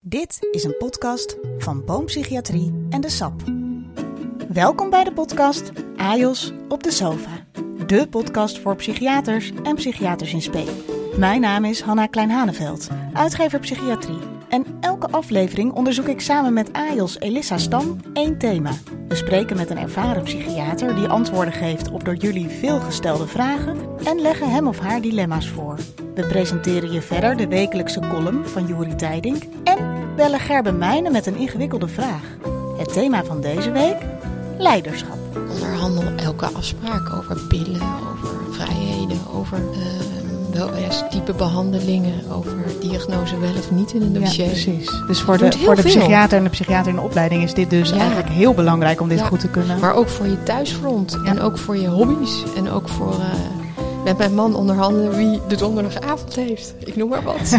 Dit is een podcast van Boompsychiatrie en de SAP. Welkom bij de podcast AJOS op de sofa. De podcast voor psychiaters en psychiaters in spe. Mijn naam is Hanna Klein-Haneveld, uitgever psychiatrie. En elke aflevering onderzoek ik samen met AJOS Elissa Stam één thema. We spreken met een ervaren psychiater die antwoorden geeft op door jullie veel gestelde vragen en leggen hem of haar dilemma's voor. We presenteren je verder de wekelijkse column van Juri Tijdink en bellen Gerben Meijnen met een ingewikkelde vraag. Het thema van deze week? Leiderschap. Onderhandel elke afspraak over pillen, over vrijheden, over type behandelingen, over diagnose wel of niet in een dossier. Ja, precies. Dus voor de psychiater en de psychiater in de opleiding is dit dus eigenlijk heel belangrijk om dit goed te kunnen. Maar ook voor je thuisfront en ook voor je hobby's en ook voor met mijn man onderhandelen wie de donderdagavond heeft. Ik noem maar wat.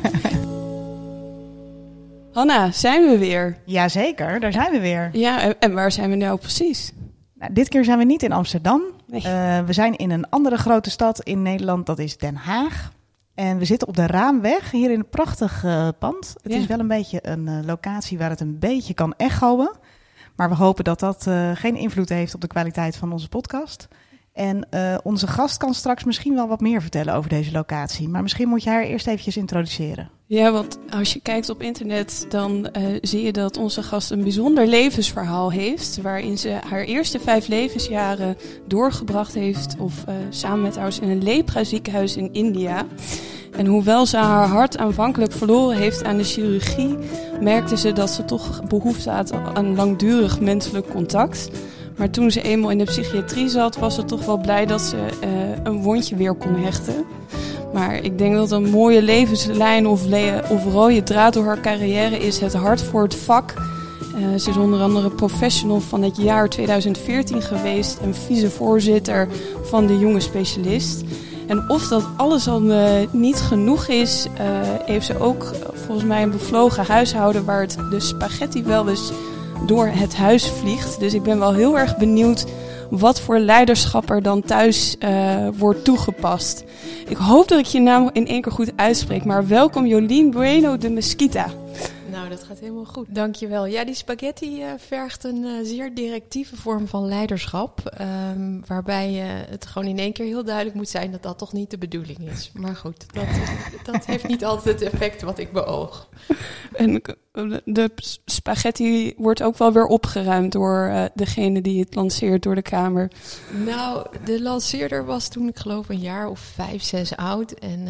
Hanna, zijn we weer? Jazeker, daar zijn we weer. Ja, en waar zijn we nou precies? Nou, dit keer zijn we niet in Amsterdam. Nee. We zijn in een andere grote stad in Nederland, dat is Den Haag. En we zitten op de Raamweg, hier in een prachtig pand. Het is wel een beetje een locatie waar het een beetje kan echoen. Maar we hopen dat dat geen invloed heeft op de kwaliteit van onze podcast. En onze gast kan straks misschien wel wat meer vertellen over deze locatie. Maar misschien moet je haar eerst eventjes introduceren. Ja, want als je kijkt op internet, dan zie je dat onze gast een bijzonder levensverhaal heeft. Waarin ze haar eerste 5 levensjaren doorgebracht heeft. Of samen met ouders in een lepra-ziekenhuis in India. En hoewel ze haar hart aanvankelijk verloren heeft aan de chirurgie, merkte ze dat ze toch behoefte had aan langdurig menselijk contact. Maar toen ze eenmaal in de psychiatrie zat, was ze toch wel blij dat ze een wondje weer kon hechten. Maar ik denk dat een mooie levenslijn of rode draad door haar carrière is het hart voor het vak. Ze is onder andere professional van het jaar 2014 geweest en vicevoorzitter van de jonge specialist. En of dat alles al niet genoeg is, heeft ze ook volgens mij een bevlogen huishouden waar het de spaghetti wel eens door het huis vliegt. Dus ik ben wel heel erg benieuwd wat voor leiderschap er dan thuis wordt toegepast. Ik hoop dat ik je naam in één keer goed uitspreek, maar welkom Jolien Bueno de Mesquita. Nou, dat gaat helemaal goed. Dankjewel. Ja, die spaghetti vergt een zeer directieve vorm van leiderschap. Waarbij het gewoon in één keer heel duidelijk moet zijn dat dat toch niet de bedoeling is. Maar goed, dat heeft niet altijd het effect wat ik beoog. En de spaghetti wordt ook wel weer opgeruimd door degene die het lanceert door de Kamer. Nou, de lanceerder was toen, ik geloof, een jaar of 5, 6 oud. En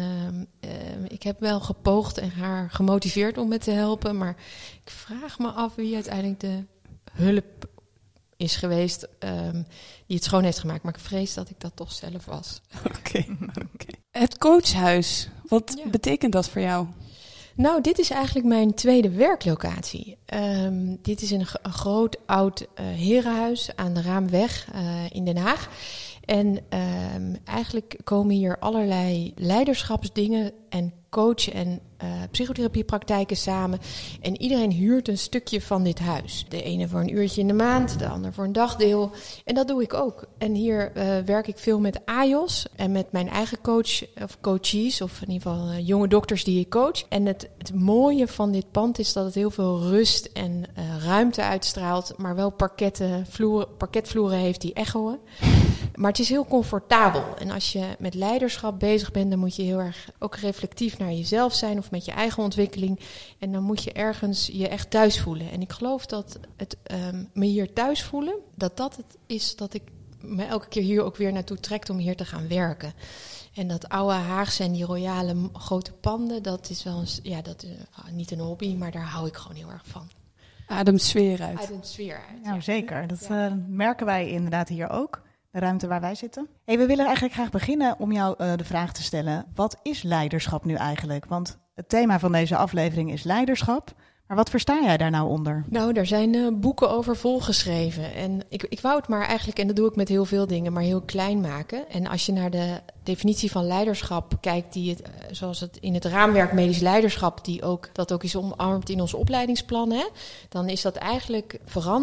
ik heb wel gepoogd en haar gemotiveerd om me te helpen. Maar ik vraag me af wie uiteindelijk de hulp is geweest die het schoon heeft gemaakt. Maar ik vrees dat ik dat toch zelf was. Oké. Het coachhuis, wat betekent dat voor jou? Nou, dit is eigenlijk mijn tweede werklocatie. Dit is een groot oud herenhuis aan de Raamweg in Den Haag. En eigenlijk komen hier allerlei leiderschapsdingen en coach- en psychotherapiepraktijken samen. En iedereen huurt een stukje van dit huis. De ene voor een uurtje in de maand, de ander voor een dagdeel. En dat doe ik ook. En hier werk ik veel met AJOS en met mijn eigen coach of coaches, of in ieder geval jonge dokters die ik coach. En het mooie van dit pand is dat het heel veel rust en ruimte uitstraalt, maar wel parketvloeren heeft die echoen. Maar het is heel comfortabel. En als je met leiderschap bezig bent, dan moet je heel erg ook reflectief naar jezelf zijn of met je eigen ontwikkeling. En dan moet je ergens je echt thuis voelen. En ik geloof dat het me hier thuis voelen, dat het is dat ik me elke keer hier ook weer naartoe trekt om hier te gaan werken. En dat oude Haagse en die royale grote panden, dat is wel niet een hobby, maar daar hou ik gewoon heel erg van. Ademt sfeer uit. Nou, zeker. Dat merken wij inderdaad hier ook. De ruimte waar wij zitten. We willen eigenlijk graag beginnen om jou de vraag te stellen. Wat is leiderschap nu eigenlijk? Want het thema van deze aflevering is leiderschap. Maar wat versta jij daar nou onder? Nou, daar zijn boeken over volgeschreven. En ik wou het maar eigenlijk, en dat doe ik met heel veel dingen, maar heel klein maken. En als je naar de definitie van leiderschap kijkt, zoals het in het raamwerk medisch leiderschap, dat ook is omarmd in ons opleidingsplan, dan is dat eigenlijk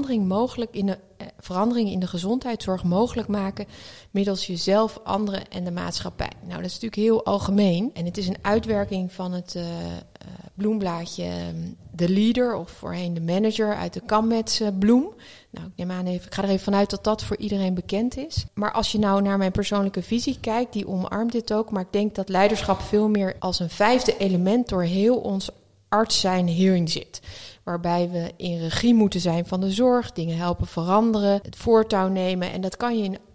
verandering in de gezondheidszorg mogelijk maken middels jezelf, anderen en de maatschappij. Nou, dat is natuurlijk heel algemeen. En het is een uitwerking van het bloemblaadje de leader of voorheen de manager uit de Kammets bloem. Nou, ik ga er even vanuit dat dat voor iedereen bekend is. Maar als je nou naar mijn persoonlijke visie kijkt, die omarmt dit ook. Maar ik denk dat leiderschap veel meer als een 5e element door heel ons arts zijn hierin zit. Waarbij we in regie moeten zijn van de zorg, dingen helpen veranderen, het voortouw nemen. En dat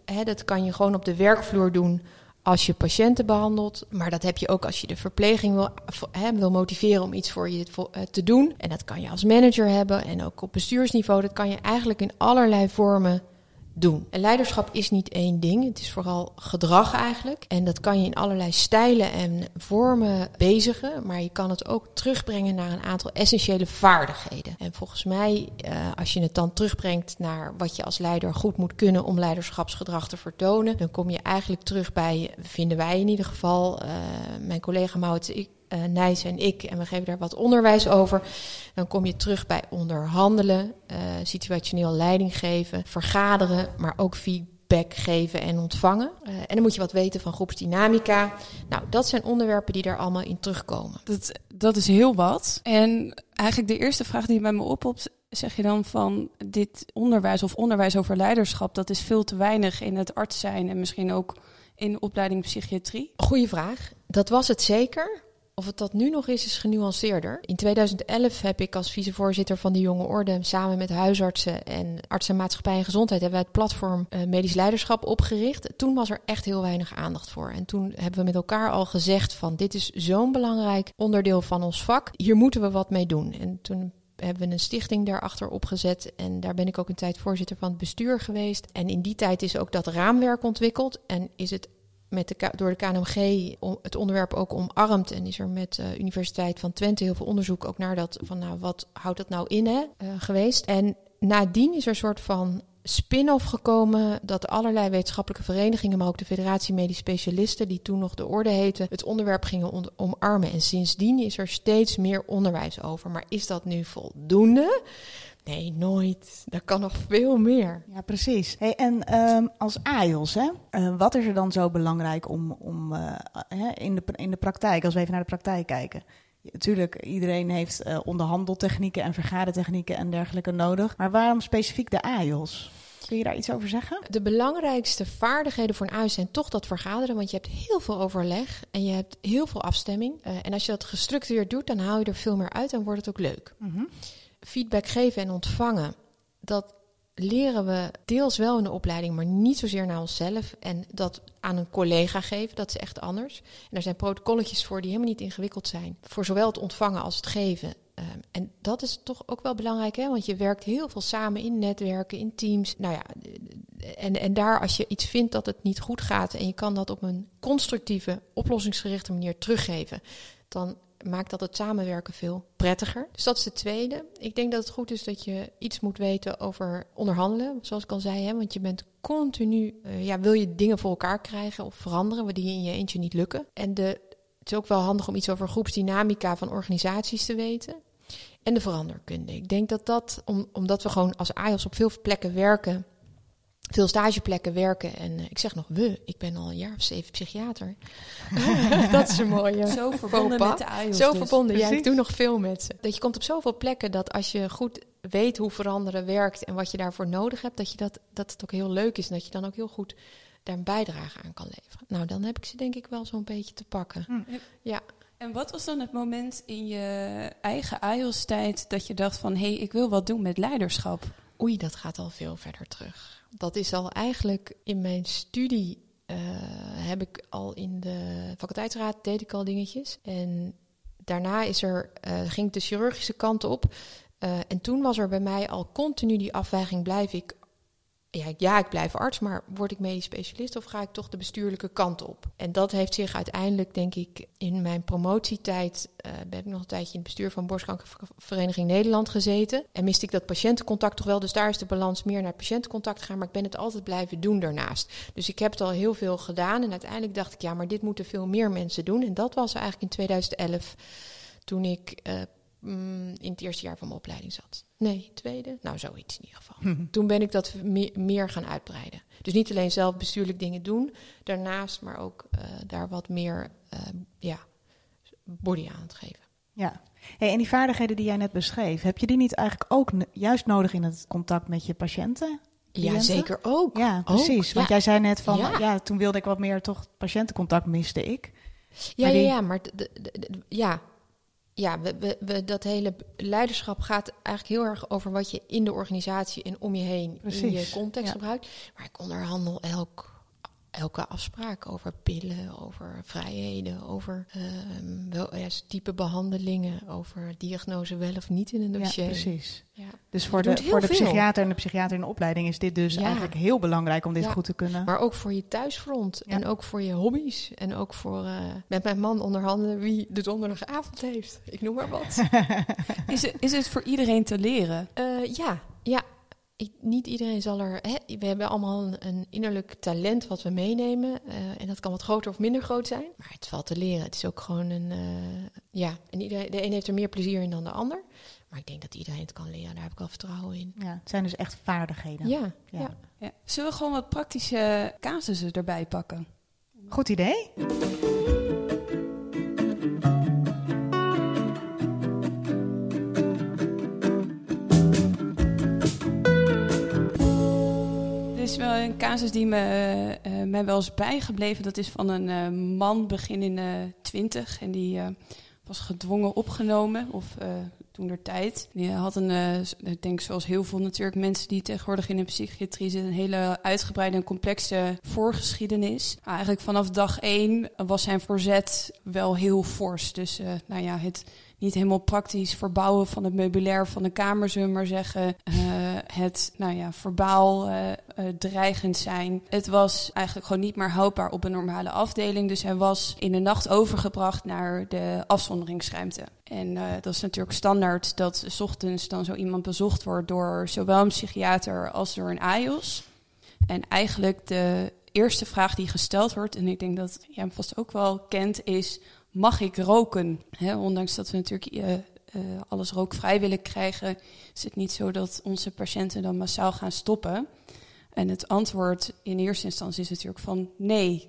kan je gewoon op de werkvloer doen als je patiënten behandelt. Maar dat heb je ook als je de verpleging wil motiveren om iets voor je te doen. En dat kan je als manager hebben en ook op bestuursniveau. Dat kan je eigenlijk in allerlei vormen doen. En leiderschap is niet één ding. Het is vooral gedrag eigenlijk. En dat kan je in allerlei stijlen en vormen bezigen. Maar je kan het ook terugbrengen naar een aantal essentiële vaardigheden. En volgens mij, als je het dan terugbrengt naar wat je als leider goed moet kunnen om leiderschapsgedrag te vertonen, dan kom je eigenlijk terug bij, vinden wij in ieder geval, mijn collega Maurits Nijs en ik, en we geven daar wat onderwijs over. Dan kom je terug bij onderhandelen, situationeel leiding geven, vergaderen, maar ook feedback geven en ontvangen. En dan moet je wat weten van groepsdynamica. Nou, dat zijn onderwerpen die daar allemaal in terugkomen. Dat is heel wat. En eigenlijk de eerste vraag die bij me oppopt, zeg je dan van dit onderwijs of onderwijs over leiderschap, dat is veel te weinig in het arts zijn en misschien ook in de opleiding psychiatrie? Goeie vraag. Dat was het zeker. Of het dat nu nog is genuanceerder. In 2011 heb ik als vicevoorzitter van de Jonge Orde samen met huisartsen en artsen, maatschappij en gezondheid hebben wij het platform Medisch Leiderschap opgericht. Toen was er echt heel weinig aandacht voor. En toen hebben we met elkaar al gezegd van dit is zo'n belangrijk onderdeel van ons vak. Hier moeten we wat mee doen. En toen hebben we een stichting daarachter opgezet. En daar ben ik ook een tijd voorzitter van het bestuur geweest. En in die tijd is ook dat raamwerk ontwikkeld. En is het door de KNMG het onderwerp ook omarmd. En is er met de Universiteit van Twente heel veel onderzoek ook naar dat van nou, wat houdt dat nou in geweest. En nadien is er een soort van spin-off gekomen dat allerlei wetenschappelijke verenigingen, maar ook de Federatie Medisch Specialisten, die toen nog de orde heette, het onderwerp gingen omarmen. En sindsdien is er steeds meer onderwijs over. Maar is dat nu voldoende? Nee, nooit. Dat kan nog veel meer. Ja, precies. Hey, en als AIOS, wat is er dan zo belangrijk om in de praktijk, als we even naar de praktijk kijken? Natuurlijk, iedereen heeft onderhandeltechnieken en vergadertechnieken en dergelijke nodig. Maar waarom specifiek de AIOS? Kun je daar iets over zeggen? De belangrijkste vaardigheden voor een AIOS zijn toch dat vergaderen. Want je hebt heel veel overleg en je hebt heel veel afstemming. En als je dat gestructureerd doet, dan haal je er veel meer uit en wordt het ook leuk. Mm-hmm. Feedback geven en ontvangen, dat leren we deels wel in de opleiding, maar niet zozeer naar onszelf. En dat aan een collega geven, dat is echt anders. En daar zijn protocolletjes voor die helemaal niet ingewikkeld zijn. Voor zowel het ontvangen als het geven. En dat is toch ook wel belangrijk, hè? Want je werkt heel veel samen in netwerken, in teams. Nou ja, en daar als je iets vindt dat het niet goed gaat en je kan dat op een constructieve, oplossingsgerichte manier teruggeven, dan maakt dat het samenwerken veel prettiger. Dus dat is de tweede. Ik denk dat het goed is dat je iets moet weten over onderhandelen, zoals ik al zei. Hè? Want je bent continu, wil je dingen voor elkaar krijgen of veranderen, die in je eentje niet lukken. En het is ook wel handig om iets over groepsdynamica van organisaties te weten. En de veranderkunde. Ik denk dat omdat we gewoon als AIOS op veel plekken werken, veel stageplekken werken. En ik zeg nog ik ben al een jaar of 7 psychiater. Dat is een mooie. Zo verbonden met de AIOS. Zo dus verbonden, ja, ik doe nog veel met ze. Dat je komt op zoveel plekken dat als je goed weet hoe veranderen werkt en wat je daarvoor nodig hebt, dat het ook heel leuk is en dat je dan ook heel goed daar een bijdrage aan kan leveren. Nou, dan heb ik ze denk ik wel zo'n beetje te pakken. Ja. En wat was dan het moment in je eigen AIOS-tijd dat je dacht van, ik wil wat doen met leiderschap? Oei, dat gaat al veel verder terug. Dat is al eigenlijk in mijn studie, heb ik al in de faculteitsraad, deed ik al dingetjes. En daarna ging ik de chirurgische kant op. En toen was er bij mij al continu die afweging, ik blijf arts, maar word ik medisch specialist of ga ik toch de bestuurlijke kant op? En dat heeft zich uiteindelijk, denk ik, in mijn promotietijd, heb ik nog een tijdje in het bestuur van Borstkankervereniging Nederland gezeten. En miste ik dat patiëntencontact toch wel, dus daar is de balans meer naar het patiëntencontact gegaan, maar ik ben het altijd blijven doen daarnaast. Dus ik heb het al heel veel gedaan en uiteindelijk dacht ik, maar dit moeten veel meer mensen doen. En dat was eigenlijk in 2011, toen ik in het eerste jaar van mijn opleiding zat. Nee, tweede. Nou, zoiets in ieder geval. Toen ben ik dat meer gaan uitbreiden. Dus niet alleen zelf bestuurlijk dingen doen, daarnaast, maar ook daar wat meer body aan het geven. Ja. Hey, en die vaardigheden die jij net beschreef, heb je die niet eigenlijk ook juist nodig in het contact met je patiënten? Ja, zeker ook. Ja, precies. Ook, want jij zei net van, Ja. toen wilde ik wat meer toch patiëntencontact miste ik. Maar dat hele leiderschap gaat eigenlijk heel erg over wat je in de organisatie en om je heen in je context gebruikt. Maar ik onderhandel elke afspraak over pillen, over vrijheden, over type behandelingen, over diagnose wel of niet in een dossier. Ja, precies. Ja. Dus voor de psychiater en de psychiater in de opleiding is dit dus eigenlijk heel belangrijk om dit goed te kunnen. Maar ook voor je thuisfront en ook voor je hobby's. En ook voor met mijn man onderhandelen wie de donderdagavond heeft. Ik noem maar wat. Is het voor iedereen te leren? Ja. Niet iedereen zal er... we hebben allemaal een innerlijk talent wat we meenemen. En dat kan wat groter of minder groot zijn. Maar het valt te leren. Het is ook gewoon een... En de een heeft er meer plezier in dan de ander. Maar ik denk dat iedereen het kan leren. Daar heb ik wel vertrouwen in. Ja, het zijn dus echt vaardigheden. Ja. Zullen we gewoon wat praktische casussen erbij pakken? Goed idee. Er is wel een casus die mij wel is bijgebleven. Dat is van een man begin in 20. En die was gedwongen opgenomen. Toentertijd. Die had ik denk zoals heel veel natuurlijk mensen die tegenwoordig in de psychiatrie zitten, een hele uitgebreide en complexe voorgeschiedenis. Eigenlijk vanaf dag 1 was zijn verzet wel heel fors. Dus het niet helemaal praktisch verbouwen van het meubilair van de kamer, zullen we maar zeggen. Het verbaal dreigend zijn. Het was eigenlijk gewoon niet meer houdbaar op een normale afdeling. Dus hij was in de nacht overgebracht naar de afzonderingsruimte. En dat is natuurlijk standaard dat 's ochtends dan zo iemand bezocht wordt door zowel een psychiater als door een AIOS. En eigenlijk de eerste vraag die gesteld wordt, en ik denk dat jij hem vast ook wel kent, is: mag ik roken? Ondanks dat we natuurlijk alles rookvrij willen krijgen, is het niet zo dat onze patiënten dan massaal gaan stoppen. En het antwoord in eerste instantie is natuurlijk van nee.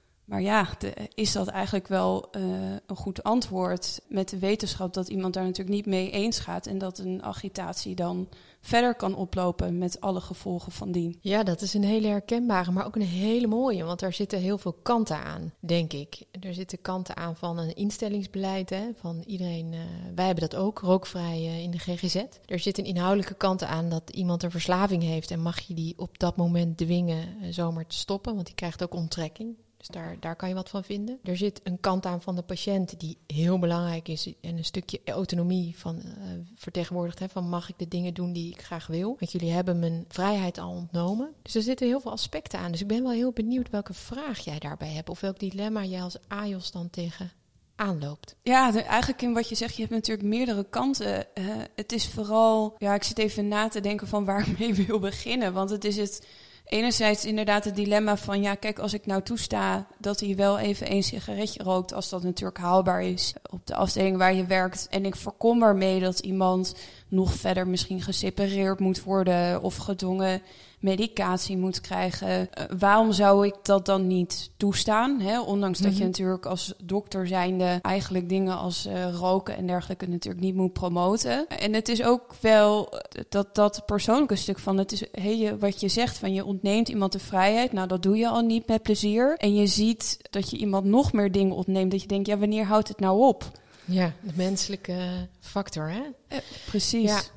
Maar is dat eigenlijk wel een goed antwoord met de wetenschap dat iemand daar natuurlijk niet mee eens gaat en dat een agitatie dan verder kan oplopen met alle gevolgen van dien? Ja, dat is een hele herkenbare, maar ook een hele mooie, want daar zitten heel veel kanten aan, denk ik. Er zitten kanten aan van een instellingsbeleid, van iedereen, wij hebben dat ook, rookvrij in de GGZ. Er zit een inhoudelijke kant aan dat iemand een verslaving heeft en mag je die op dat moment dwingen zomaar te stoppen, want die krijgt ook onttrekking. Dus daar kan je wat van vinden. Er zit een kant aan van de patiënt die heel belangrijk is en een stukje autonomie van vertegenwoordigd. Van mag ik de dingen doen die ik graag wil? Want jullie hebben mijn vrijheid al ontnomen. Dus er zitten heel veel aspecten aan. Dus ik ben wel heel benieuwd welke vraag jij daarbij hebt. Of welk dilemma jij als AIOS dan tegen aanloopt. Ja, eigenlijk in wat je zegt, je hebt natuurlijk meerdere kanten. Het is vooral, ik zit even na te denken van waar ik mee wil beginnen. Want het is het... Enerzijds inderdaad het dilemma van, kijk, als ik nou toesta dat hij wel even 1 sigaretje rookt, als dat natuurlijk haalbaar is op de afdeling waar je werkt, en ik voorkom ermee dat iemand nog verder misschien gesepareerd moet worden of gedwongen medicatie moet krijgen. Waarom zou ik dat dan niet toestaan? Ondanks dat je natuurlijk als dokter zijnde eigenlijk dingen als roken en dergelijke natuurlijk niet moet promoten. En het is ook wel dat persoonlijke stuk van, het is wat je zegt van je ontneemt iemand de vrijheid. Nou, dat doe je al niet met plezier. En je ziet dat je iemand nog meer dingen ontneemt. Dat je denkt, wanneer houdt het nou op? Ja, de menselijke factor, hè? Precies.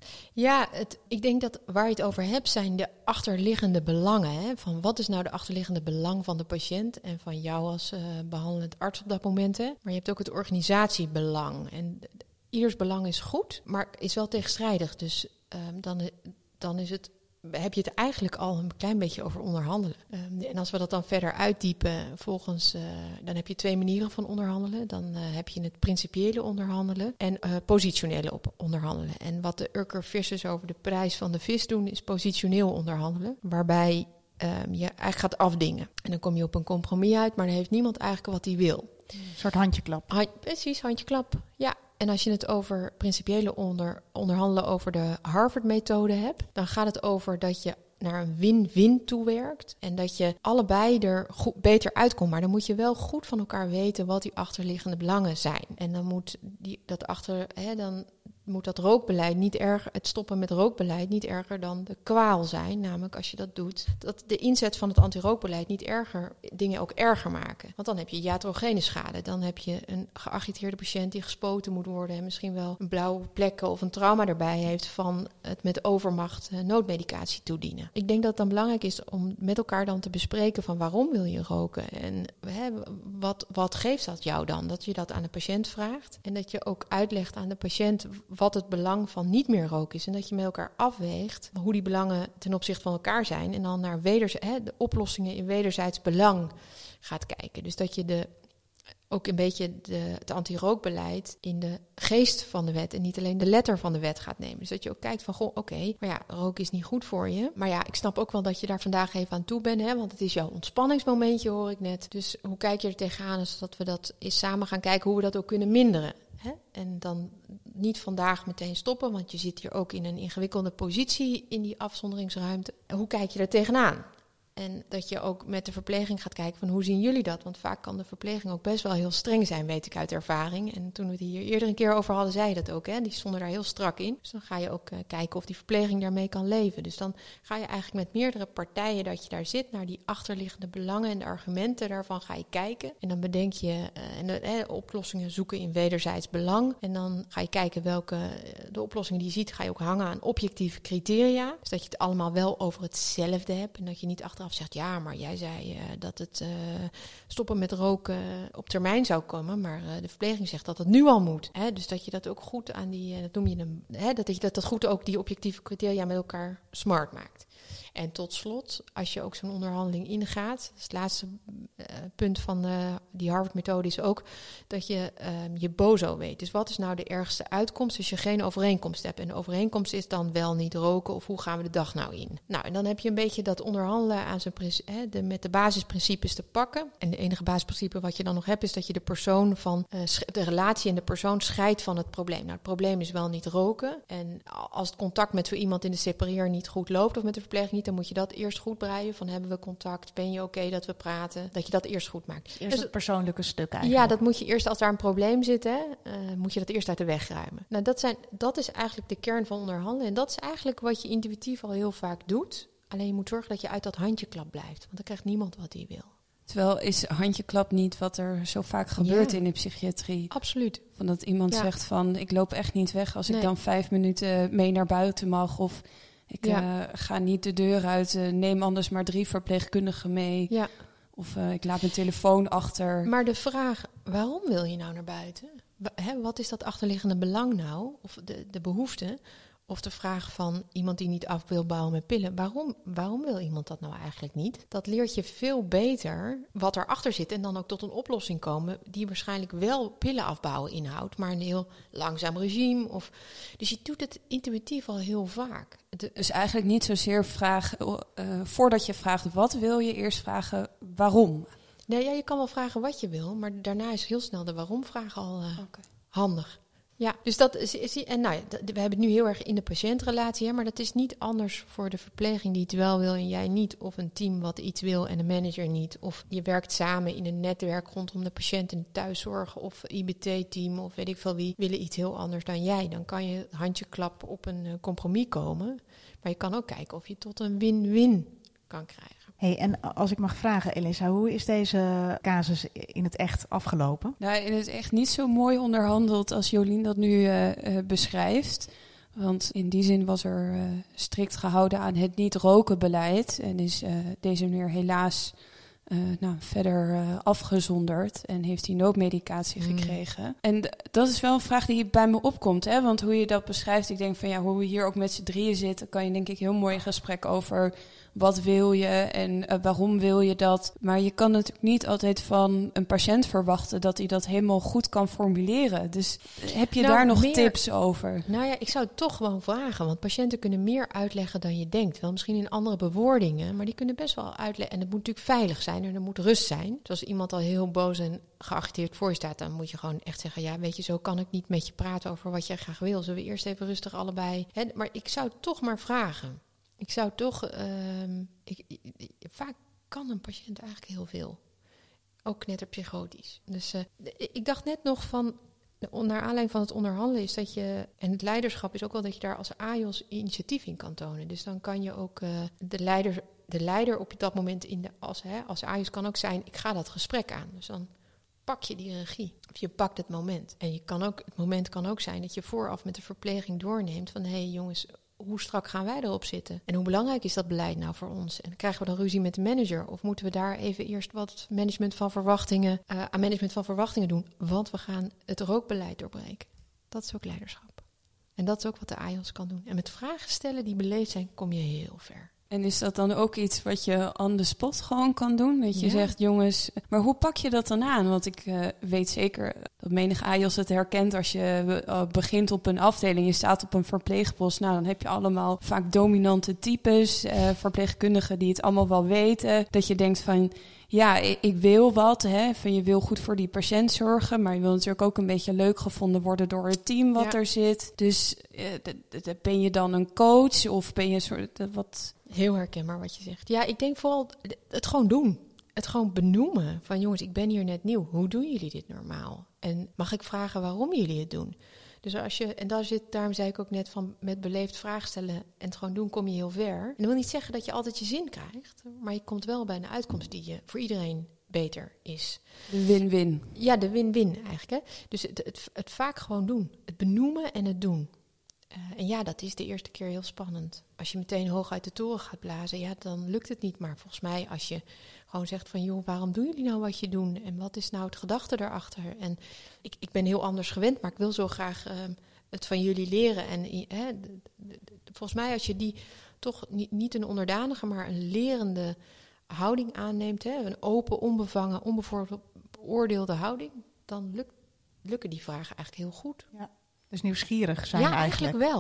Ja, ik denk dat waar je het over hebt zijn de achterliggende belangen. Hè? Van wat is nou de achterliggende belang van de patiënt en van jou als behandelend arts op dat moment. Hè? Maar je hebt ook het organisatiebelang. En ieders belang is goed, maar is wel tegenstrijdig. Dus dan is het... heb je het eigenlijk al een klein beetje over onderhandelen. En als we dat dan verder uitdiepen, dan heb je 2 manieren van onderhandelen. Dan heb je het principiële onderhandelen en positionele onderhandelen. En wat de Urker-vissers over de prijs van de vis doen, is positioneel onderhandelen. Waarbij je eigenlijk gaat afdingen. En dan kom je op een compromis uit, maar dan heeft niemand eigenlijk wat hij wil. Een soort handjeklap. Precies, handjeklap, ja. En als je het over principiële onderhandelen over de Harvard-methode hebt, dan gaat het over dat je naar een win-win toewerkt en dat je allebei er beter uitkomt. Maar dan moet je wel goed van elkaar weten wat die achterliggende belangen zijn. En dan moet dat rookbeleid niet erger, het stoppen met rookbeleid niet erger dan de kwaal zijn. Namelijk als je dat doet, dat de inzet van het antirookbeleid niet dingen ook erger maken. Want dan heb je iatrogene schade. Dan heb je een geagiteerde patiënt die gespoten moet worden en misschien wel een blauwe plekken of een trauma erbij heeft van het met overmacht noodmedicatie toedienen. Ik denk dat het dan belangrijk is om met elkaar dan te bespreken van waarom wil je roken en wat geeft dat jou dan? Dat je dat aan de patiënt vraagt en dat je ook uitlegt aan de patiënt wat het belang van niet meer roken is. En dat je met elkaar afweegt hoe die belangen ten opzichte van elkaar zijn. En dan naar de oplossingen in wederzijds belang gaat kijken. Dus dat je ook een beetje het anti-rookbeleid in de geest van de wet en niet alleen de letter van de wet gaat nemen. Dus dat je ook kijkt van, oké, maar ja, roken is niet goed voor je. Maar ja, ik snap ook wel dat je daar vandaag even aan toe bent, want het is jouw ontspanningsmomentje, hoor ik net. Dus hoe kijk je er tegenaan, zodat we dat eens samen gaan kijken hoe we dat ook kunnen minderen. En dan niet vandaag meteen stoppen, want je zit hier ook in een ingewikkelde positie in die afzonderingsruimte. Hoe kijk je er tegenaan? En dat je ook met de verpleging gaat kijken van hoe zien jullie dat? Want vaak kan de verpleging ook best wel heel streng zijn, weet ik uit ervaring. En toen we het hier eerder een keer over hadden, zei je dat ook. Die stonden daar heel strak in. Dus dan ga je ook kijken of die verpleging daarmee kan leven. Dus dan ga je eigenlijk met meerdere partijen dat je daar zit, naar die achterliggende belangen en de argumenten daarvan ga je kijken. En dan bedenk je oplossingen zoeken in wederzijds belang. En dan ga je kijken de oplossingen die je ziet, ga je ook hangen aan objectieve criteria. Dus dat je het allemaal wel over hetzelfde hebt en dat je niet achteraf zegt, ja, maar jij zei dat het stoppen met roken op termijn zou komen, maar de verpleging zegt dat het nu al moet. Dus dat je dat ook goed aan dat noem je dat goed ook die objectieve criteria met elkaar smart maakt. En tot slot, als je ook zo'n onderhandeling ingaat, dus het laatste punt van die Harvard-methode is ook dat je je BOZO weet. Dus wat is nou de ergste uitkomst als je geen overeenkomst hebt? En de overeenkomst is dan wel niet roken of hoe gaan we de dag nou in? Nou, en dan heb je een beetje dat onderhandelen aan met de basisprincipes te pakken. En de enige basisprincipe wat je dan nog hebt is dat je de persoon van de relatie en de persoon scheidt van het probleem. Nou, het probleem is wel niet roken. En als het contact met zo iemand in de separeer niet goed loopt of met de verpleging niet, dan moet je dat eerst goed breien. Van hebben we contact? Ben je oké dat we praten? Dat je dat eerst goed maakt. Eerst het persoonlijke stuk eigenlijk. Ja, dat moet je eerst, als daar een probleem zit, moet je dat eerst uit de weg ruimen. Nou, dat is eigenlijk de kern van onderhandelen. En dat is eigenlijk wat je intuïtief al heel vaak doet. Alleen je moet zorgen dat je uit dat handjeklap blijft. Want dan krijgt niemand wat hij wil. Terwijl is handjeklap niet wat er zo vaak gebeurt in de psychiatrie. Absoluut. Van dat iemand zegt van, ik loop echt niet weg als ik dan 5 minuten mee naar buiten mag. Of ik ga niet de deur uit, neem anders maar 3 verpleegkundigen mee. Ja. Of ik laat mijn telefoon achter. Maar de vraag, waarom wil je nou naar buiten? Wat is dat achterliggende belang nou? Of de behoefte? Of de vraag van iemand die niet af wil bouwen met pillen. Waarom wil iemand dat nou eigenlijk niet? Dat leert je veel beter wat erachter zit. En dan ook tot een oplossing komen die waarschijnlijk wel pillen afbouwen inhoudt. Maar een heel langzaam regime. Dus je doet het intuïtief al heel vaak. Dus eigenlijk niet zozeer voordat je vraagt wat wil je, eerst vragen waarom. Nee, je kan wel vragen wat je wil. Maar daarna is heel snel de waarom-vraag al handig. Ja, dus dat is. En we hebben het nu heel erg in de patiëntrelatie, maar dat is niet anders voor de verpleging die het wel wil en jij niet. Of een team wat iets wil en de manager niet. Of je werkt samen in een netwerk rondom de patiënt in de thuiszorg of IBT-team of weet ik veel wie willen iets heel anders dan jij. Dan kan je handjeklap op een compromis komen. Maar je kan ook kijken of je tot een win-win kan krijgen. Hey, en als ik mag vragen, Elisa, hoe is deze casus in het echt afgelopen? Nou, in het echt niet zo mooi onderhandeld als Jolien dat nu beschrijft. Want in die zin was er strikt gehouden aan het niet-roken-beleid. En is deze meneer helaas verder afgezonderd en heeft hij noodmedicatie gekregen. En dat is wel een vraag die bij me opkomt. Hè? Want hoe je dat beschrijft, ik denk van hoe we hier ook met z'n drieën zitten, kan je denk ik heel mooi in gesprek over wat wil je en waarom wil je dat. Maar je kan natuurlijk niet altijd van een patiënt verwachten dat hij dat helemaal goed kan formuleren. Dus heb je daar nog tips over? Nou ja, ik zou het toch gewoon vragen. Want patiënten kunnen meer uitleggen dan je denkt. Wel misschien in andere bewoordingen, maar die kunnen best wel uitleggen. En het moet natuurlijk veilig zijn en er moet rust zijn. Dus als iemand al heel boos en geagiteerd voor je staat, dan moet je gewoon echt zeggen, ja, weet je, zo kan ik niet met je praten over wat jij graag wil. Zullen we eerst even rustig allebei. Maar ik zou het toch maar vragen. Ik zou toch... vaak kan een patiënt eigenlijk heel veel. Ook knetterpsychotisch. Dus ik dacht net nog van... Naar aanleiding van het onderhandelen is dat je... En het leiderschap is ook wel dat je daar als AJOS initiatief in kan tonen. Dus dan kan je ook de leider op dat moment als AJOS kan ook zijn... ik ga dat gesprek aan. Dus dan pak je die regie. Of je pakt het moment. En het moment kan ook zijn dat je vooraf met de verpleging doorneemt... van hé jongens, hoe strak gaan wij erop zitten? En hoe belangrijk is dat beleid nou voor ons? En krijgen we dan ruzie met de manager? Of moeten we daar even eerst wat aan management van verwachtingen doen? Want we gaan het rookbeleid doorbreken. Dat is ook leiderschap. En dat is ook wat de AJOS kan doen. En met vragen stellen die beleefd zijn, kom je heel ver. En is dat dan ook iets wat je on the spot gewoon kan doen? Dat je zegt, jongens, maar hoe pak je dat dan aan? Want ik weet zeker dat menig AJOS het herkent als je begint op een afdeling. Je staat op een verpleegpost. Nou, dan heb je allemaal vaak dominante types, verpleegkundigen die het allemaal wel weten. Dat je denkt van, ja, ik wil wat. Hè? Van, je wil goed voor die patiënt zorgen, maar je wil natuurlijk ook een beetje leuk gevonden worden door het team wat er zit. Dus ben je dan een coach of ben je een soort wat... Heel herkenbaar wat je zegt. Ja, ik denk vooral het gewoon doen. Het gewoon benoemen. Van jongens, ik ben hier net nieuw. Hoe doen jullie dit normaal? En mag ik vragen waarom jullie het doen? Dus daarom zei ik ook net van met beleefd vragen stellen en het gewoon doen, kom je heel ver. En dat wil niet zeggen dat je altijd je zin krijgt. Maar je komt wel bij een uitkomst die je voor iedereen beter is. De win-win. Ja, de win-win eigenlijk. Hè? Dus het vaak gewoon doen. Het benoemen en het doen. En ja, dat is de eerste keer heel spannend. Als je meteen hoog uit de toren gaat blazen, ja, dan lukt het niet. Maar volgens mij, als je gewoon zegt van... joh, waarom doen jullie nou wat je doen? En wat is nou het gedachte daarachter? En ik ben heel anders gewend, maar ik wil zo graag het van jullie leren. En volgens mij, als je die toch niet een onderdanige, maar een lerende houding aanneemt... Hè, een open, onbevangen, onbevooroordeelde houding... dan lukken die vragen eigenlijk heel goed. Ja. Dus nieuwsgierig zijn eigenlijk. Ja, eigenlijk wel.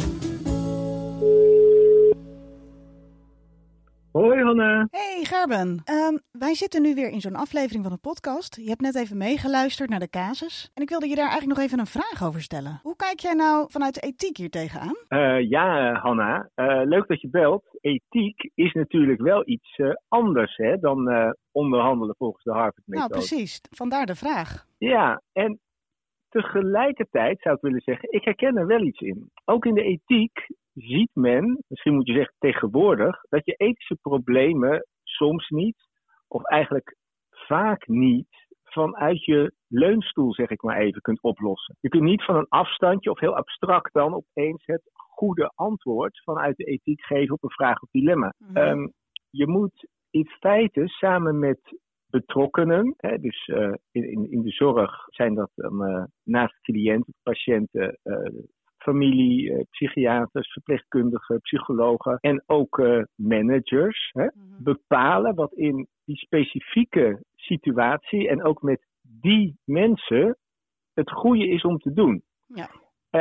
Hoi Hanna. Hey Gerben. Wij zitten nu weer in zo'n aflevering van de podcast. Je hebt net even meegeluisterd naar de casus. En ik wilde je daar eigenlijk nog even een vraag over stellen. Hoe kijk jij nou vanuit de ethiek hier tegenaan? Ja, Hanna. Leuk dat je belt. Ethiek is natuurlijk wel iets anders dan onderhandelen volgens de Harvard-methode. Nou, precies. Vandaar de vraag. Ja, en tegelijkertijd zou ik willen zeggen, ik herken er wel iets in. Ook in de ethiek ziet men, misschien moet je zeggen tegenwoordig, dat je ethische problemen soms niet, of eigenlijk vaak niet, vanuit je leunstoel, zeg ik maar even, kunt oplossen. Je kunt niet van een afstandje of heel abstract dan opeens het goede antwoord vanuit de ethiek geven op een vraag of dilemma. Mm-hmm. Je moet in feite samen met betrokkenen, dus in de zorg zijn dat naast cliënten, patiënten, familie, psychiaters, verpleegkundigen, psychologen en ook managers, bepalen wat in die specifieke situatie en ook met die mensen het goede is om te doen. Ja.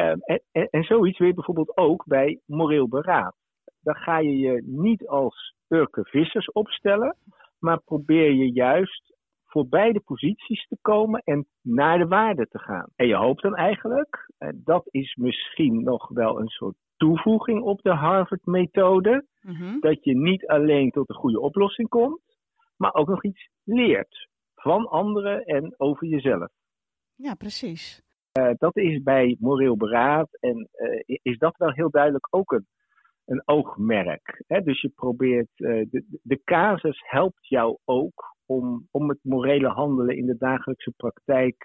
En zoiets weer bijvoorbeeld ook bij moreel beraad. Dan ga je je niet als Urke Vissers opstellen, maar probeer je juist voor beide posities te komen en naar de waarde te gaan. En je hoopt dan eigenlijk, dat is misschien nog wel een soort toevoeging op de Harvard-methode, dat je niet alleen tot een goede oplossing komt, maar ook nog iets leert van anderen en over jezelf. Ja, precies. Dat is bij moreel beraad en is dat wel heel duidelijk ook een oogmerk. Hè? Dus je probeert, de casus helpt jou ook om het morele handelen in de dagelijkse praktijk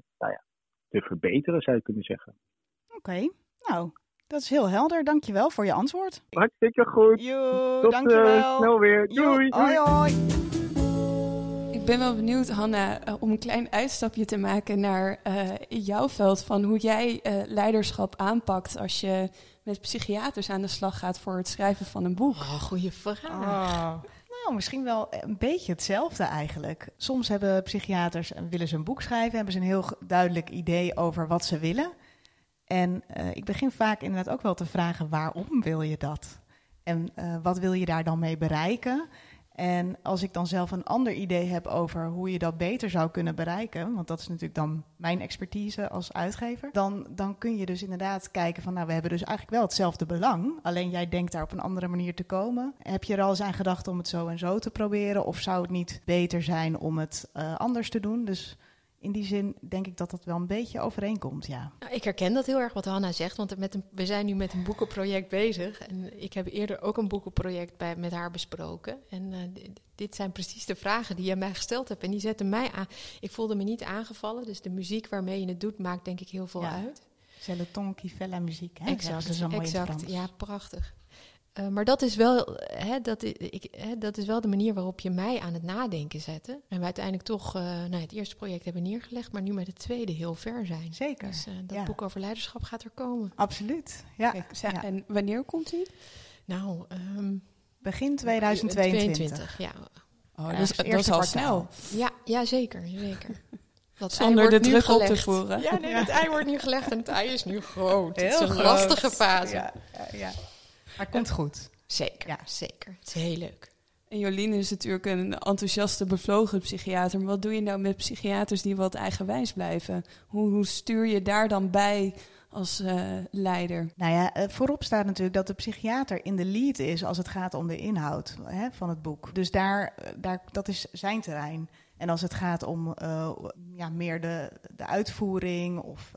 te verbeteren, zou je kunnen zeggen. Oké, nou, dat is heel helder. Dankjewel voor je antwoord. Hartstikke goed. Tot dankjewel. Snel weer. Doei. Hoi, hoi. Ik ben wel benieuwd, Hanna, om een klein uitstapje te maken naar jouw veld van hoe jij leiderschap aanpakt als je met psychiaters aan de slag gaat voor het schrijven van een boek. Oh, goeie vraag. Nou, misschien wel een beetje hetzelfde eigenlijk. Soms hebben psychiaters willen ze een boek schrijven, hebben ze een heel duidelijk idee over wat ze willen. En ik begin vaak inderdaad ook wel te vragen, waarom wil je dat? En wat wil je daar dan mee bereiken? En als ik dan zelf een ander idee heb over hoe je dat beter zou kunnen bereiken, want dat is natuurlijk dan mijn expertise als uitgever, dan kun je dus inderdaad kijken van, nou, we hebben dus eigenlijk wel hetzelfde belang, alleen jij denkt daar op een andere manier te komen. Heb je er al eens aan gedacht om het zo en zo te proberen, of zou het niet beter zijn om het anders te doen? Dus in die zin denk ik dat dat wel een beetje overeenkomt, ja. Nou, ik herken dat heel erg wat Hanna zegt, want we zijn nu met een boekenproject bezig. En ik heb eerder ook een boekenproject met haar besproken. En dit zijn precies de vragen die jij mij gesteld hebt. En die zetten mij aan. Ik voelde me niet aangevallen, dus de muziek waarmee je het doet maakt denk ik heel veel uit. C'est le ton qui fait la musique, hè? Exact, dat is een mooi Frans. Ja, prachtig. Maar dat is wel, dat is wel de manier waarop je mij aan het nadenken zette. En we uiteindelijk toch het eerste project hebben neergelegd, maar nu met het tweede heel ver zijn. Zeker. Dus dat boek over leiderschap gaat er komen. Absoluut, ja. Kijk, en wanneer komt die? Nou, begin 2022. Ja. Oh, dat is al snel. Ja, zeker. Dat zonder de druk op te voeren. Ja, nee, het ei wordt nu gelegd en het ei is nu groot. Heel het is een lastige fase. Ja. Maar komt goed. Zeker, ja, zeker. Het is heel leuk. En Jolien is natuurlijk een enthousiaste, bevlogen psychiater. Maar wat doe je nou met psychiaters die wat eigenwijs blijven? Hoe stuur je daar dan bij als leider? Nou ja, voorop staat natuurlijk dat de psychiater in de lead is als het gaat om de inhoud van het boek. Dus dat is zijn terrein. En als het gaat om meer de uitvoering of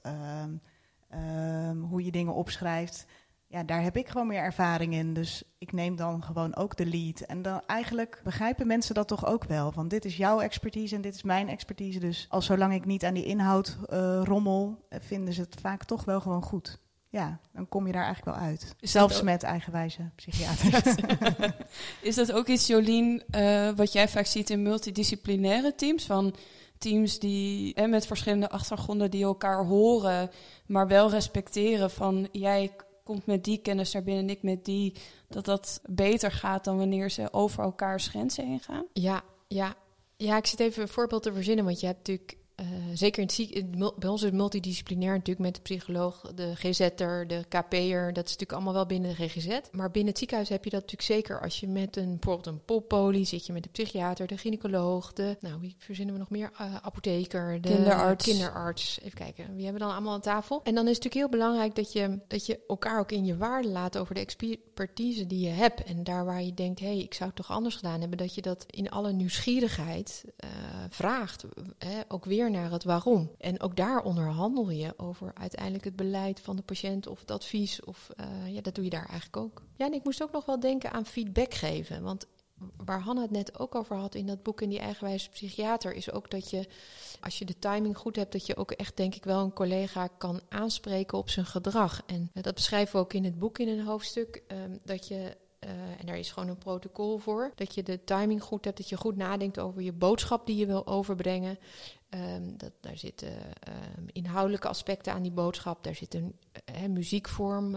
hoe je dingen opschrijft, ja, daar heb ik gewoon meer ervaring in. Dus ik neem dan gewoon ook de lead. En dan eigenlijk begrijpen mensen dat toch ook wel. Want dit is jouw expertise en dit is mijn expertise. Dus zolang ik niet aan die inhoud rommel, vinden ze het vaak toch wel gewoon goed. Ja, dan kom je daar eigenlijk wel uit. Zelfs met eigenwijze psychiaters. Is dat ook iets, Jolien, wat jij vaak ziet in multidisciplinaire teams? Van teams die met verschillende achtergronden die elkaar horen, maar wel respecteren van jij komt met die kennis naar binnen en ik met die, dat beter gaat dan wanneer ze over elkaars grenzen heen gaan? Ja, ik zit even een voorbeeld te verzinnen, want je hebt natuurlijk zeker bij ons is het multidisciplinair natuurlijk met de psycholoog, de GZ'er, de KP'er. Dat is natuurlijk allemaal wel binnen de GGZ. Maar binnen het ziekenhuis heb je dat natuurlijk zeker als je met bijvoorbeeld een poppoli zit je met de psychiater, de gynaecoloog, wie verzinnen we nog meer? Apotheker, de kinderarts. Even kijken, wie hebben we dan allemaal aan tafel? En dan is het natuurlijk heel belangrijk dat je elkaar ook in je waarde laat over de expertise die je hebt. En daar waar je denkt, ik zou het toch anders gedaan hebben, dat je dat in alle nieuwsgierigheid vraagt. Ook weer naar het waarom. En ook daar onderhandel je over uiteindelijk het beleid van de patiënt of het advies. Of dat doe je daar eigenlijk ook. Ja, en ik moest ook nog wel denken aan feedback geven. Want waar Hanna het net ook over had in dat boek in die eigenwijze psychiater, is ook dat je, als je de timing goed hebt, dat je ook echt denk ik wel een collega kan aanspreken op zijn gedrag. En dat beschrijven we ook in het boek in een hoofdstuk. Dat je en daar is gewoon een protocol voor. Dat je de timing goed hebt, dat je goed nadenkt over je boodschap die je wil overbrengen. Daar zitten inhoudelijke aspecten aan die boodschap. Daar zit een muziekvorm,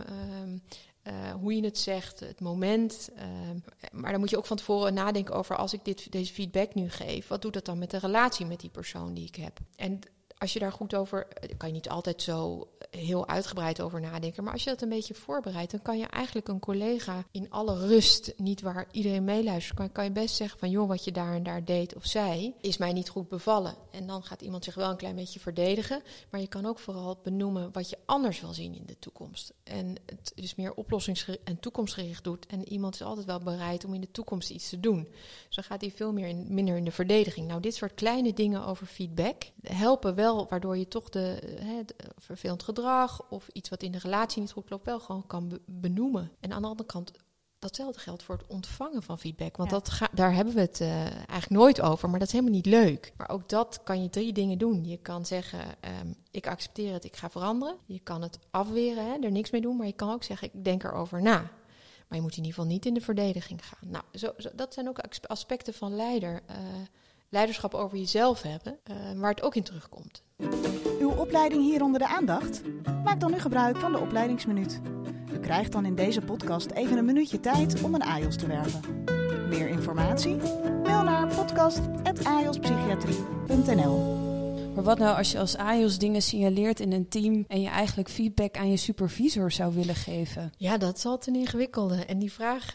hoe je het zegt, het moment. Maar dan moet je ook van tevoren nadenken over, als ik deze feedback nu geef, wat doet dat dan met de relatie met die persoon die ik heb? En als je daar goed over, kan je niet altijd zo heel uitgebreid over nadenken, maar als je dat een beetje voorbereidt, dan kan je eigenlijk een collega in alle rust, niet waar iedereen meeluistert, kan je best zeggen van, joh, wat je daar en daar deed of zei, is mij niet goed bevallen. En dan gaat iemand zich wel een klein beetje verdedigen, maar je kan ook vooral benoemen wat je anders wil zien in de toekomst. En het dus meer oplossingsgericht en toekomstgericht doet. En iemand is altijd wel bereid om in de toekomst iets te doen. Dus dan gaat hij veel minder in de verdediging. Nou, dit soort kleine dingen over feedback helpen wel, waardoor je toch de vervelend gedrag of iets wat in de relatie niet goed klopt, wel gewoon kan benoemen. En aan de andere kant, datzelfde geldt voor het ontvangen van feedback. Want daar hebben we het eigenlijk nooit over, maar dat is helemaal niet leuk. Maar ook dat kan je 3 dingen doen. Je kan zeggen, ik accepteer het, ik ga veranderen. Je kan het afweren, er niks mee doen. Maar je kan ook zeggen, ik denk erover na. Maar je moet in ieder geval niet in de verdediging gaan. Nou, dat zijn ook aspecten van leiderschap over jezelf hebben, waar het ook in terugkomt. Uw opleiding hier onder de aandacht? Maak dan nu gebruik van de opleidingsminuut. U krijgt dan in deze podcast even een minuutje tijd om een AJOS te werven. Meer informatie? Mail naar podcast@ajospsychiatrie.nl. Maar wat nou als je als AJOS dingen signaleert in een team en je eigenlijk feedback aan je supervisor zou willen geven? Ja, dat is altijd een ingewikkelde. En die vraag,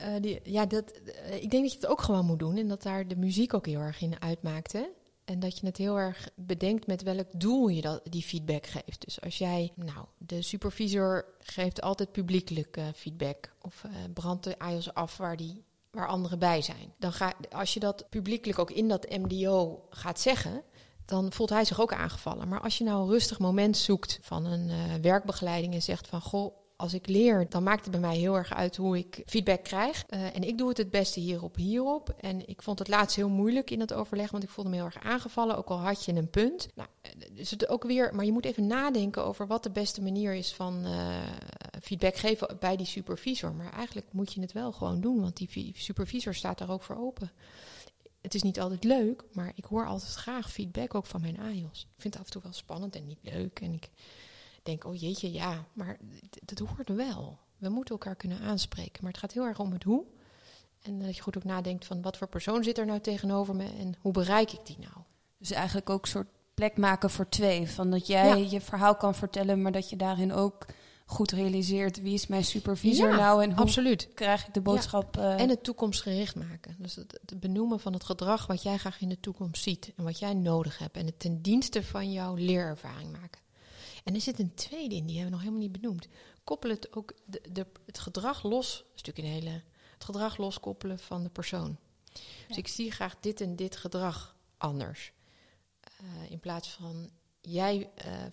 ik denk dat je het ook gewoon moet doen. En dat daar de muziek ook heel erg in uitmaakt. Hè? En dat je het heel erg bedenkt met welk doel je die feedback geeft. Dus als jij, de supervisor geeft altijd publiekelijk feedback. Of brandt de AJOS af waar anderen bij zijn. Als je dat publiekelijk ook in dat MDO gaat zeggen, dan voelt hij zich ook aangevallen. Maar als je nou een rustig moment zoekt van een werkbegeleiding en zegt van, goh, als ik leer, dan maakt het bij mij heel erg uit hoe ik feedback krijg. En ik doe het beste hierop. En ik vond het laatst heel moeilijk in het overleg, want ik voelde me heel erg aangevallen, ook al had je een punt. Dus het ook weer, maar je moet even nadenken over wat de beste manier is van feedback geven bij die supervisor. Maar eigenlijk moet je het wel gewoon doen, want die supervisor staat daar ook voor open. Het is niet altijd leuk, maar ik hoor altijd graag feedback ook van mijn AJOS. Ik vind het af en toe wel spannend en niet leuk. En ik denk, oh jeetje, ja, maar dat hoort wel. We moeten elkaar kunnen aanspreken. Maar het gaat heel erg om het hoe. En dat je goed ook nadenkt van wat voor persoon zit er nou tegenover me en hoe bereik ik die nou? Dus eigenlijk ook een soort plek maken voor twee. Van dat jij je verhaal kan vertellen, maar dat je daarin ook goed realiseert wie is mijn supervisor nou en hoe absoluut krijg ik de boodschap. Ja. En het toekomstgericht maken. Dus het benoemen van het gedrag wat jij graag in de toekomst ziet en wat jij nodig hebt. En het ten dienste van jouw leerervaring maken. En er zit een tweede in, die hebben we nog helemaal niet benoemd. Koppel het ook het gedrag los, dat is natuurlijk het gedrag loskoppelen van de persoon. Ja. Dus ik zie graag dit en dit gedrag anders. In plaats van jij,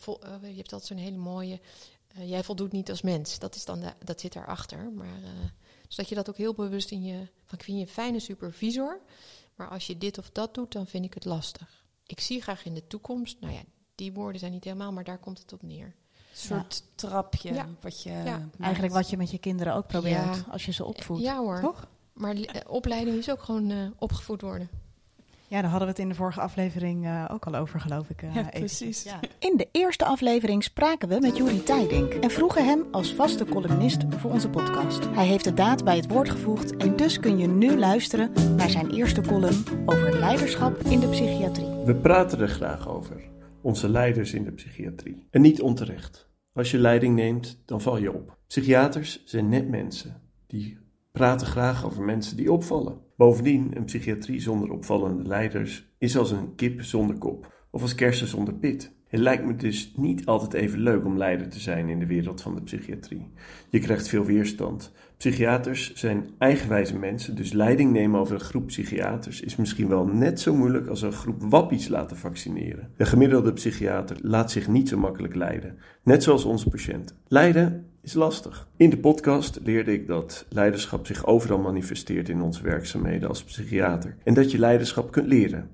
je hebt altijd zo'n hele mooie, jij voldoet niet als mens. Dat is dan dat zit daarachter. Maar dus dat je dat ook heel bewust ik vind je een fijne supervisor, maar als je dit of dat doet, dan vind ik het lastig. Ik zie graag in de toekomst, die woorden zijn niet helemaal, maar daar komt het op neer. Een soort trapje. Wat je eigenlijk wat je met je kinderen ook probeert als je ze opvoedt. Ja hoor. Toch? Maar opleiding is ook gewoon opgevoed worden. Ja, daar hadden we het in de vorige aflevering ook al over, geloof ik. Ja, precies. Ja. In de eerste aflevering spraken we met Juri Tijdink en vroegen hem als vaste columnist voor onze podcast. Hij heeft de daad bij het woord gevoegd en dus kun je nu luisteren naar zijn eerste column over leiderschap in de psychiatrie. We praten er graag over, onze leiders in de psychiatrie. En niet onterecht. Als je leiding neemt, dan val je op. Psychiaters zijn net mensen die praten graag over mensen die opvallen. Bovendien, een psychiatrie zonder opvallende leiders is als een kip zonder kop of als kersen zonder pit. Het lijkt me dus niet altijd even leuk om leider te zijn in de wereld van de psychiatrie. Je krijgt veel weerstand. Psychiaters zijn eigenwijze mensen, dus leiding nemen over een groep psychiaters is misschien wel net zo moeilijk als een groep wappies laten vaccineren. De gemiddelde psychiater laat zich niet zo makkelijk leiden, net zoals onze patiënten. Leiden is lastig. In de podcast leerde ik dat leiderschap zich overal manifesteert in onze werkzaamheden als psychiater en dat je leiderschap kunt leren.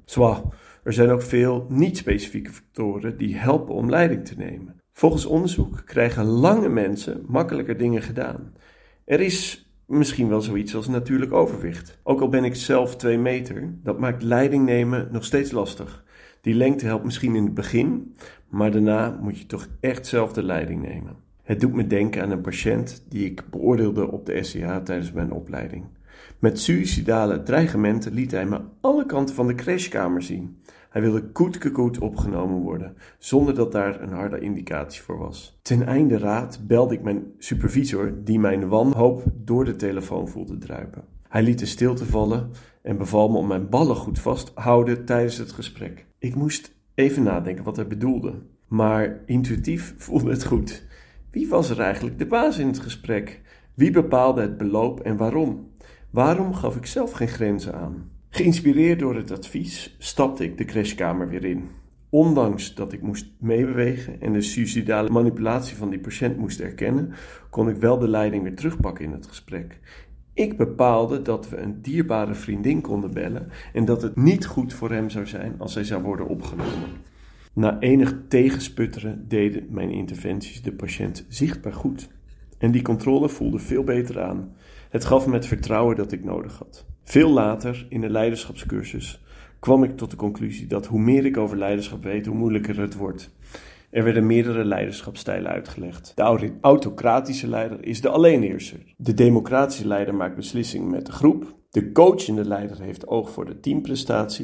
Er zijn ook veel niet-specifieke factoren die helpen om leiding te nemen. Volgens onderzoek krijgen lange mensen makkelijker dingen gedaan. Er is misschien wel zoiets als natuurlijk overwicht. Ook al ben ik zelf 2 meter, dat maakt leiding nemen nog steeds lastig. Die lengte helpt misschien in het begin, maar daarna moet je toch echt zelf de leiding nemen. Het doet me denken aan een patiënt die ik beoordeelde op de SCH tijdens mijn opleiding. Met suïcidale dreigementen liet hij me alle kanten van de crashkamer zien. Hij wilde koet opgenomen worden, zonder dat daar een harde indicatie voor was. Ten einde raad belde ik mijn supervisor, die mijn wanhoop door de telefoon voelde druipen. Hij liet de stilte vallen en beval me om mijn ballen goed vast te houden tijdens het gesprek. Ik moest even nadenken wat hij bedoelde, maar intuïtief voelde het goed. Wie was er eigenlijk de baas in het gesprek? Wie bepaalde het beloop en waarom? Waarom gaf ik zelf geen grenzen aan? Geïnspireerd door het advies stapte ik de crashkamer weer in. Ondanks dat ik moest meebewegen en de suïcidale manipulatie van die patiënt moest erkennen, kon ik wel de leiding weer terugpakken in het gesprek. Ik bepaalde dat we een dierbare vriendin konden bellen en dat het niet goed voor hem zou zijn als hij zou worden opgenomen. Na enig tegensputteren deden mijn interventies de patiënt zichtbaar goed. En die controle voelde veel beter aan. Het gaf me het vertrouwen dat ik nodig had. Veel later, in een leiderschapscursus, kwam ik tot de conclusie dat hoe meer ik over leiderschap weet, hoe moeilijker het wordt. Er werden meerdere leiderschapsstijlen uitgelegd. De autocratische leider is de alleenheerser. De democratische leider maakt beslissingen met de groep. De coachende leider heeft oog voor de teamprestaties.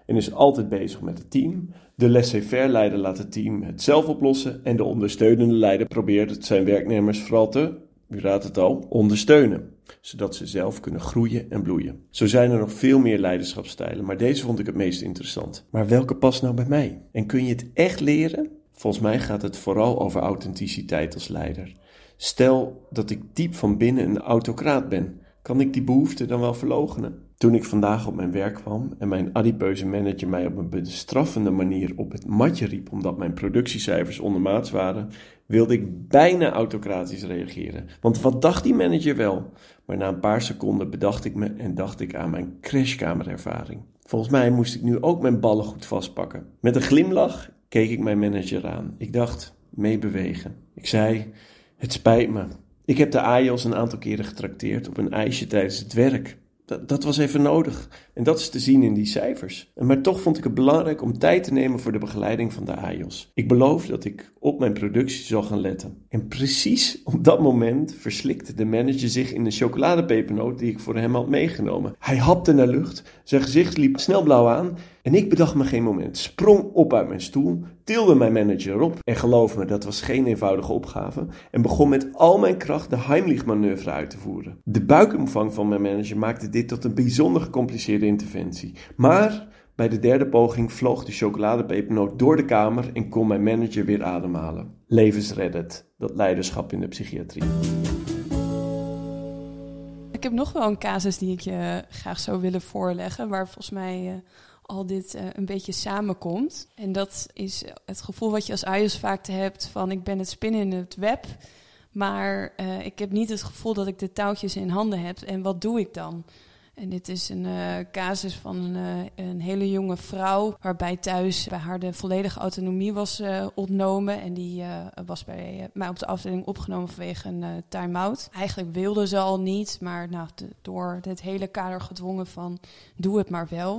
en is altijd bezig met het team. De laissez-faire leider laat het team het zelf oplossen en de ondersteunende leider probeert het zijn werknemers vooral te, u raadt het al, ondersteunen, zodat ze zelf kunnen groeien en bloeien. Zo zijn er nog veel meer leiderschapsstijlen, maar deze vond ik het meest interessant. Maar welke past nou bij mij? En kun je het echt leren? Volgens mij gaat het vooral over authenticiteit als leider. Stel dat ik diep van binnen een autocraat ben, kan ik die behoefte dan wel verloochenen? Toen ik vandaag op mijn werk kwam en mijn adipeuze manager mij op een bestraffende manier op het matje riep omdat mijn productiecijfers ondermaats waren, wilde ik bijna autocratisch reageren. Want wat dacht die manager wel? Maar na een paar seconden bedacht ik me en dacht ik aan mijn crashkamerervaring. Volgens mij moest ik nu ook mijn ballen goed vastpakken. Met een glimlach keek ik mijn manager aan. Ik dacht, meebewegen. Ik zei, het spijt me. Ik heb de AJOS een aantal keren getrakteerd op een ijsje tijdens het werk. Dat was even nodig. En dat is te zien in die cijfers. Maar toch vond ik het belangrijk om tijd te nemen voor de begeleiding van de AJOS. Ik beloof dat ik op mijn productie zal gaan letten. En precies op dat moment verslikte de manager zich in de chocoladepepernoot die ik voor hem had meegenomen. Hij hapte naar lucht, zijn gezicht liep snel blauw aan en ik bedacht me geen moment. Sprong op uit mijn stoel, tilde mijn manager op en geloof me, dat was geen eenvoudige opgave en begon met al mijn kracht de Heimlich-manoeuvre uit te voeren. De buikomvang van mijn manager maakte dit tot een bijzonder gecompliceerde interventie. Maar bij de derde poging vloog de chocoladepepernoot door de kamer en kon mijn manager weer ademhalen. Levensreddend, dat leiderschap in de psychiatrie. Ik heb nog wel een casus die ik je graag zou willen voorleggen, waar volgens mij al dit een beetje samenkomt. En dat is het gevoel wat je als AJOS vaak hebt van ik ben het spinnen in het web, maar ik heb niet het gevoel dat ik de touwtjes in handen heb. En wat doe ik dan? En dit is een casus van een hele jonge vrouw, waarbij thuis bij haar de volledige autonomie was ontnomen. En die was bij mij op de afdeling opgenomen vanwege een time-out. Eigenlijk wilde ze al niet, maar door het hele kader gedwongen van doe het maar wel.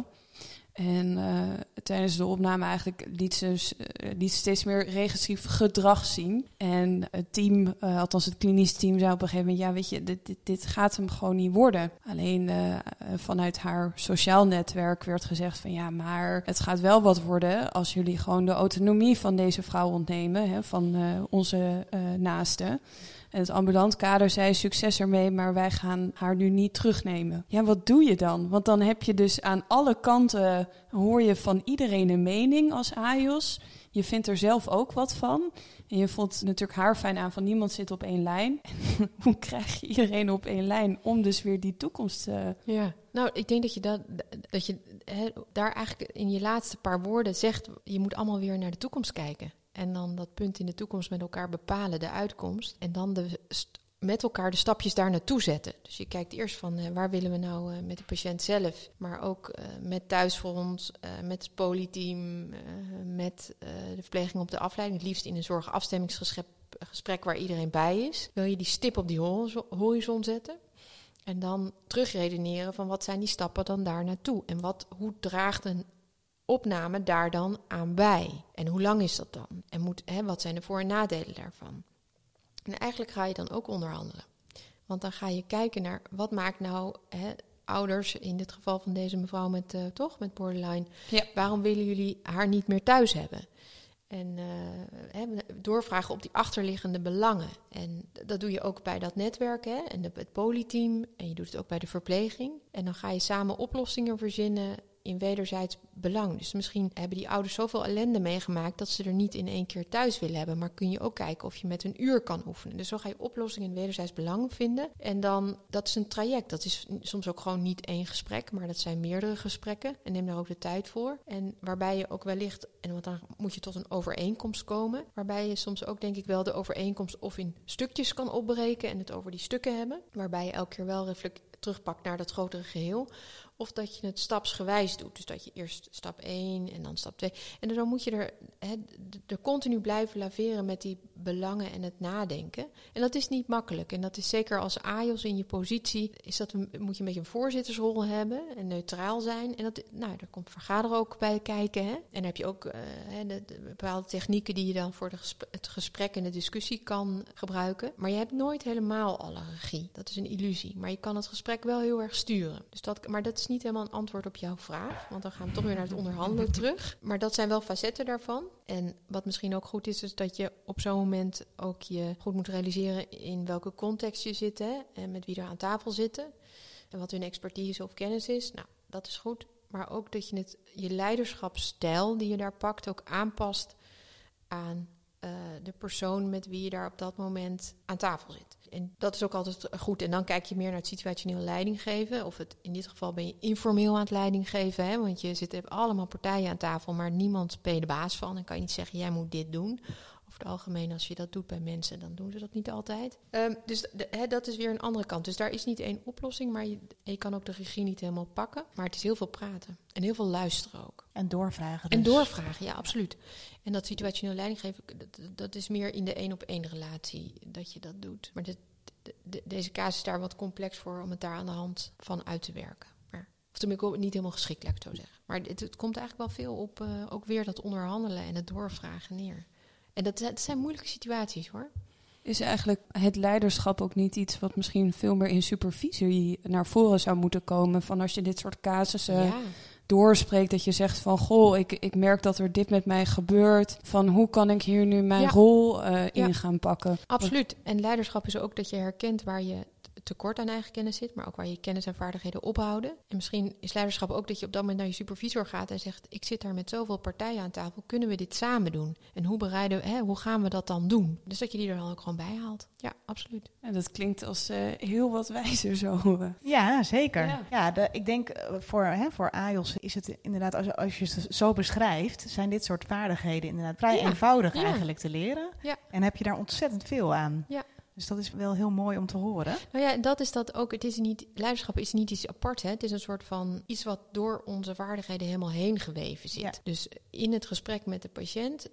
En tijdens de opname eigenlijk liet ze steeds meer regressief gedrag zien. En het team, althans het klinisch team, zei op een gegeven moment, ja weet je, dit gaat hem gewoon niet worden. Alleen vanuit haar sociaal netwerk werd gezegd van ja, maar het gaat wel wat worden als jullie gewoon de autonomie van deze vrouw ontnemen, hè, van onze naasten. En het ambulant kader zei succes ermee, maar wij gaan haar nu niet terugnemen. Ja, wat doe je dan? Want dan heb je dus aan alle kanten, hoor je van iedereen een mening als AJOS. Je vindt er zelf ook wat van. En je vond natuurlijk haar fijn aan van niemand zit op één lijn. Hoe krijg je iedereen op één lijn om dus weer die toekomst... Ja, nou, ik denk dat je daar eigenlijk in je laatste paar woorden zegt, je moet allemaal weer naar de toekomst kijken. En dan dat punt in de toekomst met elkaar bepalen, de uitkomst. En dan met elkaar de stapjes daar naartoe zetten. Dus je kijkt eerst van waar willen we nou met de patiënt zelf. Maar ook met thuisfront, met het polyteam, met de verpleging op de afleiding. Het liefst in een zorgafstemmingsgesprek waar iedereen bij is. Wil je die stip op die horizon zetten. En dan terugredeneren van wat zijn die stappen dan daar naartoe. En hoe draagt een opname daar dan aan bij? En hoe lang is dat dan? En wat zijn de voor- en nadelen daarvan? En eigenlijk ga je dan ook onderhandelen. Want dan ga je kijken naar wat maakt nou ouders, in dit geval van deze mevrouw met borderline, ja. Waarom willen jullie haar niet meer thuis hebben? En doorvragen op die achterliggende belangen. En dat doe je ook bij dat netwerk en het polyteam. En je doet het ook bij de verpleging. En dan ga je samen oplossingen verzinnen in wederzijds belang. Dus misschien hebben die ouders zoveel ellende meegemaakt dat ze er niet in één keer thuis willen hebben. Maar kun je ook kijken of je met een uur kan oefenen. Dus zo ga je oplossingen in wederzijds belang vinden. En dan, dat is een traject. Dat is soms ook gewoon niet één gesprek, maar dat zijn meerdere gesprekken. En neem daar ook de tijd voor. En waarbij je ook wellicht, want dan moet je tot een overeenkomst komen. Waarbij je soms ook denk ik wel de overeenkomst of in stukjes kan opbreken en het over die stukken hebben. Waarbij je elke keer wel terugpakt naar dat grotere geheel. Of dat je het stapsgewijs doet. Dus dat je eerst stap 1 en dan stap 2. En dan moet je er continu blijven laveren met die belangen en het nadenken. En dat is niet makkelijk. En dat is zeker als AJOS in je positie, moet je een beetje een voorzittersrol hebben en neutraal zijn. En daar komt vergaderen ook bij kijken. Hè? En dan heb je ook de bepaalde technieken die je dan voor het gesprek en de discussie kan gebruiken. Maar je hebt nooit helemaal alle regie. Dat is een illusie. Maar je kan het gesprek wel heel erg sturen. Maar dat is niet helemaal een antwoord op jouw vraag. Want dan gaan we toch weer naar het onderhandelen terug. Maar dat zijn wel facetten daarvan. En wat misschien ook goed is dat je op zo'n moment ook je goed moet realiseren in welke context je zit. Hè? En met wie er aan tafel zitten. En wat hun expertise of kennis is. Nou, dat is goed. Maar ook dat je je leiderschapsstijl die je daar pakt ook aanpast aan de persoon met wie je daar op dat moment aan tafel zit. En dat is ook altijd goed. En dan kijk je meer naar het situationeel leiding geven. Of in dit geval ben je informeel aan het leiding geven. Hè? Want je hebt allemaal partijen aan tafel, maar niemand ben je de baas van. Dan kan je niet zeggen, jij moet dit doen. Over het algemeen, als je dat doet bij mensen, dan doen ze dat niet altijd. Dus dat is weer een andere kant. Dus daar is niet één oplossing, maar je kan ook de regie niet helemaal pakken. Maar het is heel veel praten en heel veel luisteren ook. En doorvragen dus. En doorvragen, ja, absoluut. En dat situationeel leiding geven, dat is meer in de 1-op-1 relatie dat je dat doet. Maar deze casus is daar wat complex voor om het daar aan de hand van uit te werken. Of tenminste niet helemaal geschikt, laat ik het zo zeggen. Maar het komt eigenlijk wel veel op ook weer dat onderhandelen en het doorvragen neer. En dat zijn moeilijke situaties, hoor. Is eigenlijk het leiderschap ook niet iets wat misschien veel meer in supervisie naar voren zou moeten komen? Van als je dit soort casussen doorspreekt, dat je zegt van, goh, ik merk dat er dit met mij gebeurt. Van hoe kan ik hier nu mijn rol in gaan pakken? Absoluut. En leiderschap is ook dat je herkent waar je tekort aan eigen kennis zit, maar ook waar je kennis en vaardigheden ophouden. En misschien is leiderschap ook dat je op dat moment naar je supervisor gaat en zegt, ik zit daar met zoveel partijen aan tafel, kunnen we dit samen doen? En hoe gaan we dat dan doen? Dus dat je die er dan ook gewoon bij haalt. Ja, absoluut. En dat klinkt als heel wat wijzer zo. Ja, zeker. Ja, ik denk voor AJOS is het inderdaad, als je het zo beschrijft, zijn dit soort vaardigheden inderdaad vrij eenvoudig eigenlijk te leren. Ja. En heb je daar ontzettend veel aan. Ja. Dus dat is wel heel mooi om te horen. Nou ja, en dat is dat ook. Leiderschap is niet iets apart. Hè? Het is een soort van iets wat door onze vaardigheden helemaal heen geweven zit. Ja. Dus in het gesprek met de patiënt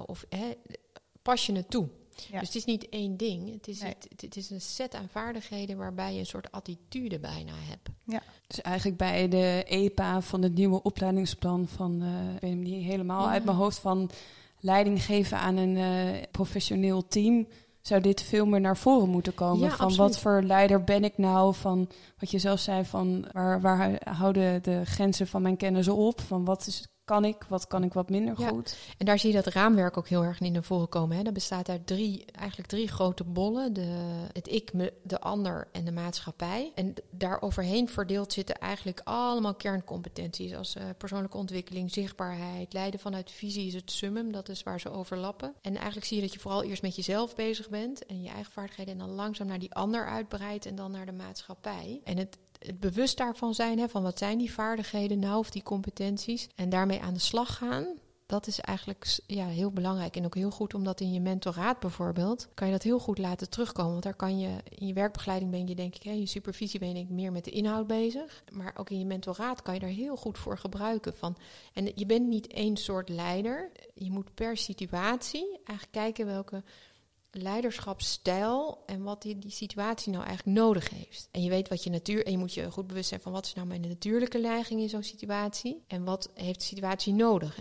pas je het toe. Ja. Dus het is niet één ding. Het is een set aan vaardigheden waarbij je een soort attitude bijna hebt. Ja. Dus eigenlijk bij de EPA van het nieuwe opleidingsplan van, ik weet hem niet helemaal uit mijn hoofd, van leiding geven aan een professioneel team, zou dit veel meer naar voren moeten komen? Ja, van absoluut. Wat voor leider ben ik nou? Van wat je zelf zei, van waar houden de grenzen van mijn kennis op? Van wat kan ik wat minder goed? En daar zie je dat raamwerk ook heel erg in naar voren komen. Hè? Dat bestaat uit drie grote bollen. Het ik, de ander en de maatschappij. En daar overheen verdeeld zitten eigenlijk allemaal kerncompetenties. Als persoonlijke ontwikkeling, zichtbaarheid, leiden vanuit visie is het summum. Dat is waar ze overlappen. En eigenlijk zie je dat je vooral eerst met jezelf bezig bent. En je eigen vaardigheden. En dan langzaam naar die ander uitbreidt. En dan naar de maatschappij. En het bewust daarvan zijn, van wat zijn die vaardigheden nou of die competenties. En daarmee aan de slag gaan, dat is eigenlijk heel belangrijk. En ook heel goed, omdat in je mentoraat bijvoorbeeld, kan je dat heel goed laten terugkomen. Want daar kan je, in je werkbegeleiding ben je denk ik, in je supervisie ben je denk ik meer met de inhoud bezig. Maar ook in je mentoraat kan je daar heel goed voor gebruiken. En je bent niet één soort leider. Je moet per situatie eigenlijk kijken welke leiderschapsstijl en wat die situatie nou eigenlijk nodig heeft. En je weet wat en je moet je goed bewust zijn van wat is nou mijn natuurlijke neiging in zo'n situatie en wat heeft de situatie nodig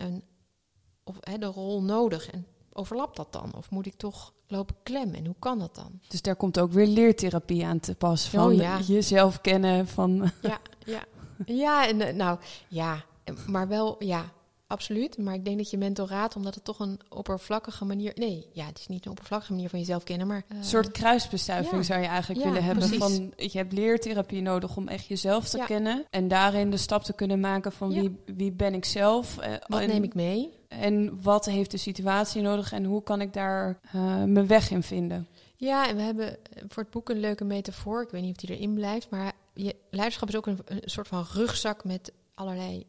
of de rol nodig en overlapt dat dan? Of moet ik toch lopen klem en hoe kan dat dan? Dus daar komt ook weer leertherapie aan te pas van jezelf kennen van. Maar wel absoluut, maar ik denk dat je mentoraat, omdat het toch een oppervlakkige manier... Nee, het is niet een oppervlakkige manier van jezelf kennen, maar... Een soort kruisbestuiving zou je eigenlijk willen hebben. Van, je hebt leertherapie nodig om echt jezelf te kennen. En daarin de stap te kunnen maken van wie ben ik zelf. Wat neem ik mee? En wat heeft de situatie nodig en hoe kan ik daar mijn weg in vinden? Ja, en we hebben voor het boek een leuke metafoor. Ik weet niet of die erin blijft, maar leiderschap is ook een soort van rugzak met allerlei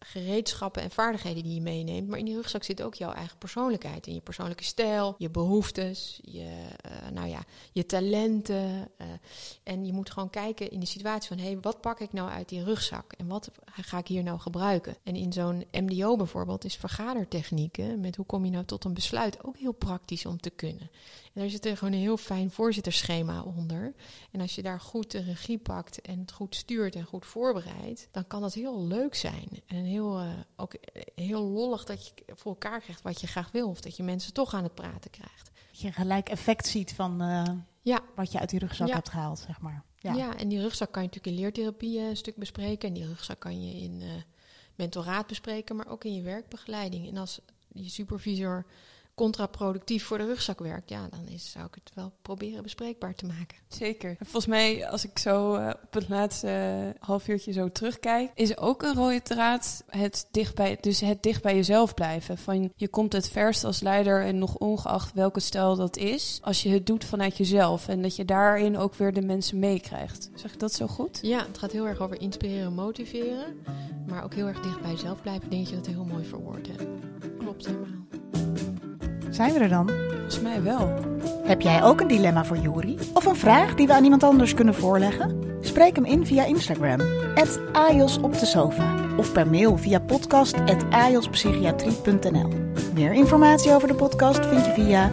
gereedschappen en vaardigheden die je meeneemt. Maar in die rugzak zit ook jouw eigen persoonlijkheid. En je persoonlijke stijl, je behoeftes, je talenten. En je moet gewoon kijken in de situatie van... wat pak ik nou uit die rugzak? En wat ga ik hier nou gebruiken? En in zo'n MDO bijvoorbeeld is vergadertechnieken... met hoe kom je nou tot een besluit ook heel praktisch om te kunnen. En daar zit er gewoon een heel fijn voorzittersschema onder. En als je daar goed de regie pakt en het goed stuurt en goed voorbereidt... dan kan dat heel leuk zijn. En ook heel lollig dat je voor elkaar krijgt wat je graag wil. Of dat je mensen toch aan het praten krijgt. Dat je gelijk effect ziet van wat je uit die rugzak hebt gehaald, zeg maar. Ja, en die rugzak kan je natuurlijk in leertherapie een stuk bespreken. En die rugzak kan je in mentoraat bespreken, maar ook in je werkbegeleiding. En als je supervisor contraproductief voor de rugzak werkt, dan zou ik het wel proberen bespreekbaar te maken. Zeker. Volgens mij, als ik zo op het laatste half uurtje zo terugkijk, is ook een rode draad het dicht bij jezelf blijven. Van je komt het verst als leider en nog ongeacht welke stijl dat is, als je het doet vanuit jezelf en dat je daarin ook weer de mensen meekrijgt. Zeg ik dat zo goed? Ja, het gaat heel erg over inspireren en motiveren, maar ook heel erg dicht bij jezelf blijven. Ik denk dat je dat heel mooi verwoord hebt. Klopt helemaal. Zijn we er dan? Volgens mij wel. Heb jij ook een dilemma voor Juri? Of een vraag die we aan iemand anders kunnen voorleggen? Spreek hem in via Instagram, @AjosOpDeSofa. Of per mail via podcast@ajospsychiatrie.nl. Meer informatie over de podcast vind je via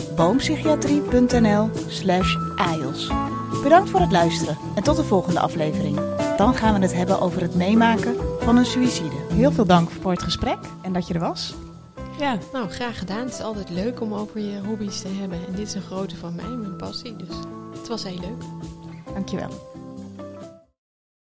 boompsychiatrie.nl/Ajos. Bedankt voor het luisteren en tot de volgende aflevering. Dan gaan we het hebben over het meemaken van een suïcide. Heel veel dank voor het gesprek en dat je er was. Ja, nou, graag gedaan. Het is altijd leuk om over je hobby's te hebben. En dit is een grote van mij, mijn passie. Dus het was heel leuk. Dankjewel.